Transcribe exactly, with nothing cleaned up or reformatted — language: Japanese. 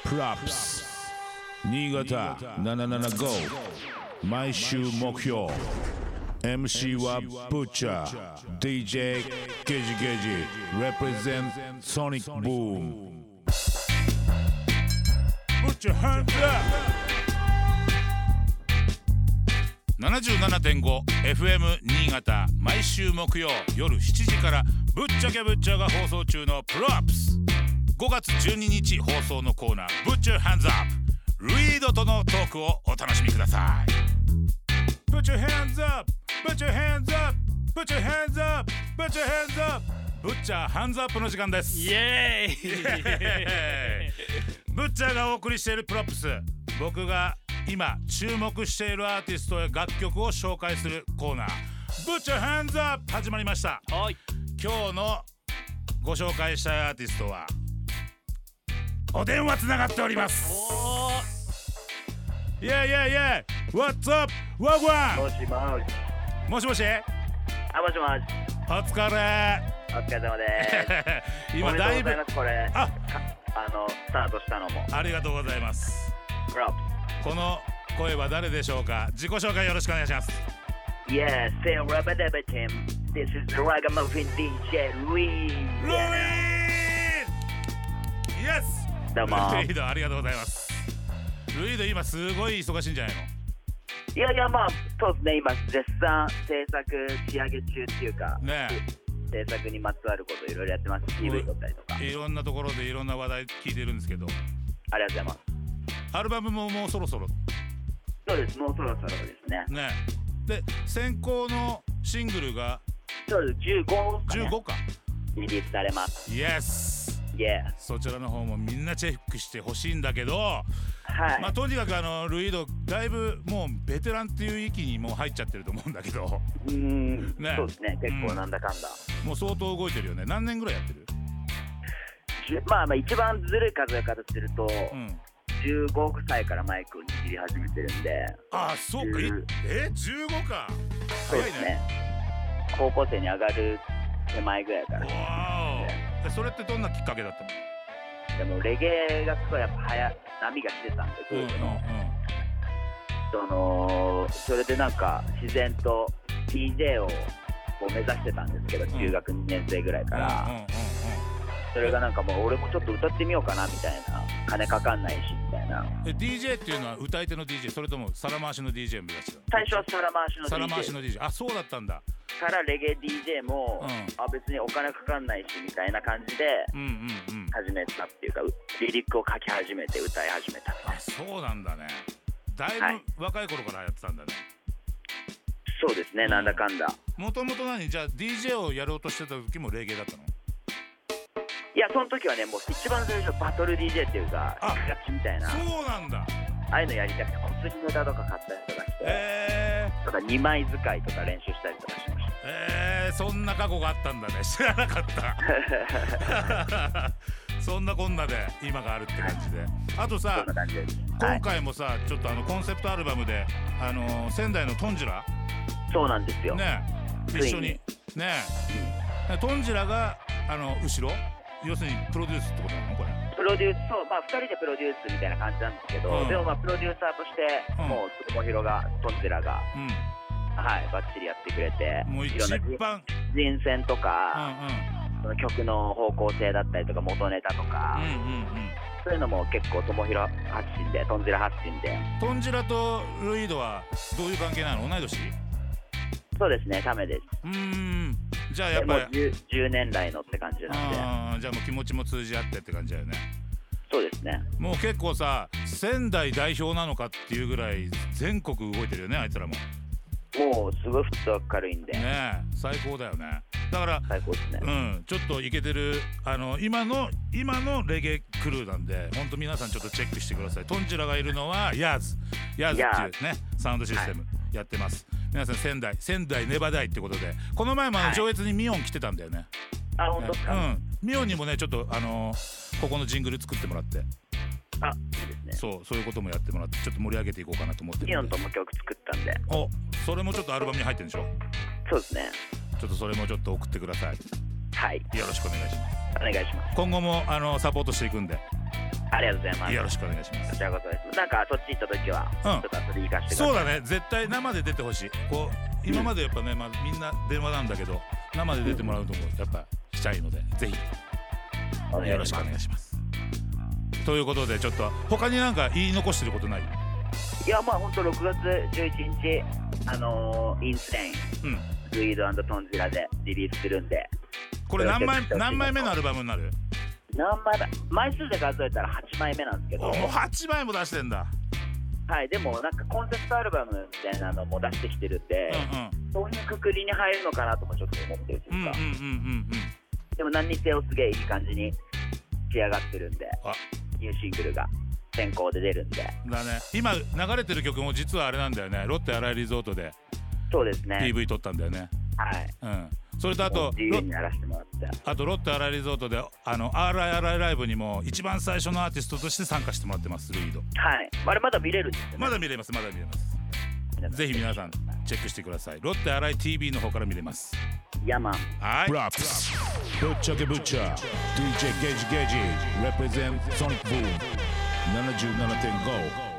プラップス新潟ななななご毎週目標 エムシー はブッチャー ディージェー ゲジゲジ represent Sonic Boom Put your hands up ななじゅうななてんごエフエム 新潟毎週木曜夜しちじからぶっちゃけぶっちゃが放送中のプロアップスごがつじゅうににち放送のコーナー Put your hands up ルイードとのトークをお楽しみください Put your hands up Put your hands up Put your hands up Put your hands up ブッチャーハンズアップの時間です。 イエーイブッチャーがお送りしているプロップス、僕が今注目しているアーティストや楽曲を紹介するコーナーブッチャーハンズアップ始まりました。 はい、 今日のご紹介したいアーティストはお電話つながっております。 おーイェイイェイイェイ What's up? ワンワンもしもし。 もしもしあ、もしもし。 お疲れお疲れ様です。 今だいぶおめでとうございます。これああのスタートしたのもありがとうございます。 プロッこの声は誰でしょうか。自己紹介よろしくお願いします。 Yes, say rubber dubber Tim. This is the Ragamuffin ディージェー ルイールイード Yes どうも。 ルイードありがとうございます。ルイード今すごい忙しいんじゃないの。 いやいや、まあそうですね、今絶賛制作仕上げ中っていうかね制作にまつわることいろいろやってます。 ピーブイ 撮ったりとかえいろんなところでいろんな話題聞いてるんですけど、 ありがとうございます。 アルバムももうそろそろそうです、もうそろそろですね。 ねで先行のシングルがそうです、じゅうごか、ね、 じゅうごかリリースされます。 Yes Yeah そちらの方もみんなチェックしてほしいんだけど、 はい、 まあとにかくあのルイードだいぶもうベテランっていう域にもう入っちゃってると思うんだけどうーん、 ねそうですね、結構なんだかんだ、 もう相当動いてるよね。何年ぐらいやってる。 じゅまあまあ一番ずるい数え方すると、 うんじゅうごさいからマイクを握り始めてるんで。 ああそうか、 じゅうえじゅうごか。 そうですね、高校生に上がる手前ぐらいから。 わーお。それってどんなきっかけだったの。 でもレゲエがすごいやっぱはや波が来てたんで、当時の、そのそれでなんか自然と ディージェー をこう目指してたんですけど、中学にねん生ぐらいから、 うんうんうんうん、 それがなんかもう俺もちょっと歌ってみようかなみたいな、金かかんないしみたいな。 え ディージェー っていうのは歌い手の ディージェー それとも皿回しの ディージェー 目指してたの。 最初は皿回しの ディージェー皿回しの ディージェー あそうだったんだ。 からレゲエ ディージェー も、 うん、 あ別にお金かかんないしみたいな感じでうんうんうん、 始めたっていうか、リリックを書き始めて歌い始めたみたいな。 あそうなんだね。だいはいぶ若い頃からやってたんだね。 そうですね、 うんなんだかんだ。 もともと何じゃあ ディージェー をやろうとしてた時もレゲエだったの。 いやその時はね、もう一番最初バトル ディージェー っていうかあスクラッチみたいな、 そうなんだ。 ああいうのやりたくて、小杉ネタとか買ったりとかして、 えとかにまい使いとか練習したりとかしましー、えー、そんな過去があったんだね。知らなかったそんなこんなで今があるって感じで。あとた。そさんな感じです。はい、 今回もさちょっとあのコンセプトアルバムであのー、仙台のトンジラそうなんですよ。 ねついに一緒にねトンジラがあの後ろ要するにプロデュースってことなのこれ。 プロデュース、そう、まあふたりでプロデュースみたいな感じなんですけど、 うん、 でもまあプロデューサーとして、 うんもう友広がトンジラが、 うんはいバッチリやってくれて、 もう一いろんな番人選とうんか、その曲の方向性だったりとか元ネタとか、 うんうんうんうんそういうのも結構友広発信で、トンジラ発信で。 トンジラとルイードはどういう関係なの。同い年。 そうですね、ためです。 うーんじゃあやっもうぱり 10, じゅうねん来のって感じなんで。 あじゃあもう気持ちも通じ合ってって感じだよね。 そうですね。 もう結構さ仙台代表なのかっていうぐらい全国動いてるよねあいつらも。 もうすごいフットワーク軽いんで、 ねえ最高だよね。だから最高ですね。 うんちょっとイケてるあの今の今のレゲエクルーなんで、本当皆さんちょっとチェックしてください。トンジラがいるのはヤーズヤーズっていうねサウンドシステムやってます、はい、皆さん仙台仙台ネバダイってことで、この前もあの上越にミオン来てたんだよね。 あ、本当ですか。 うんミオンにもねちょっとあのー、ここのジングル作ってもらって、 あ、いいですね。 そうそういうこともやってもらってちょっと盛り上げていこうかなと思ってるんで。 ミオンとも曲作ったんで。 おそれもちょっとアルバムに入ってるんでしょ。 そうですね。 ちょっとそれもちょっと送ってください。 はい、 よろしくお願いします。 お願いします。 今後もあのサポートしていくんで。 ありがとうございます。 よろしくお願いします。 こちらこそです。なんかそっち行った時は、うん、ちょっと遊びに行かせてください。 そうだね、絶対生で出てほしい。こう今までやっぱね、まあ、みんな電話なんだけど生で出てもらうともやっぱしたいので、ぜひよろしくお願いします。ということで、ちょっと他になんか言い残してることない？ いや、まあ本当ろくがつじゅういちにち、あのー、インセイン、うん、ルイード&トンジラでリリースするんで。 これ何枚何枚目のアルバムになる？ 何枚目？枚数で数えたらはちまいめなんですけど。 もうはちまいも出してんだ。 はい、でもなんかコンセプトアルバムみたいなのも出してきてるんで、うんうん、そういうくくりに入るのかなともちょっと思ってるというか。でも何にせよすげえいい感じに仕上がってるんで、ニューシングルが先行で出るんで。 だね。今流れてる曲も実はあれなんだよね。ロッテ新井リゾートで。 そうですね。 ピーブイ 撮ったんだよね。 はい。 うん。それとあと自由にやらせてもらって、 あとロッテ新井リゾートであの アールアイアールアイ ライブにも一番最初のアーティストとして参加してもらってます。ルイード。 はい。あれまだ見れるんですよね。 まだ見れます。まだ見れます。ぜひ皆さんチェックしてください。ロッテ新井 ティーブイ の方から見れます。 ヤマン。 はい。ぶっちゃけぶっちゃ ディージェー ゲージゲージ represent Sonic Boom ななじゅうななてんご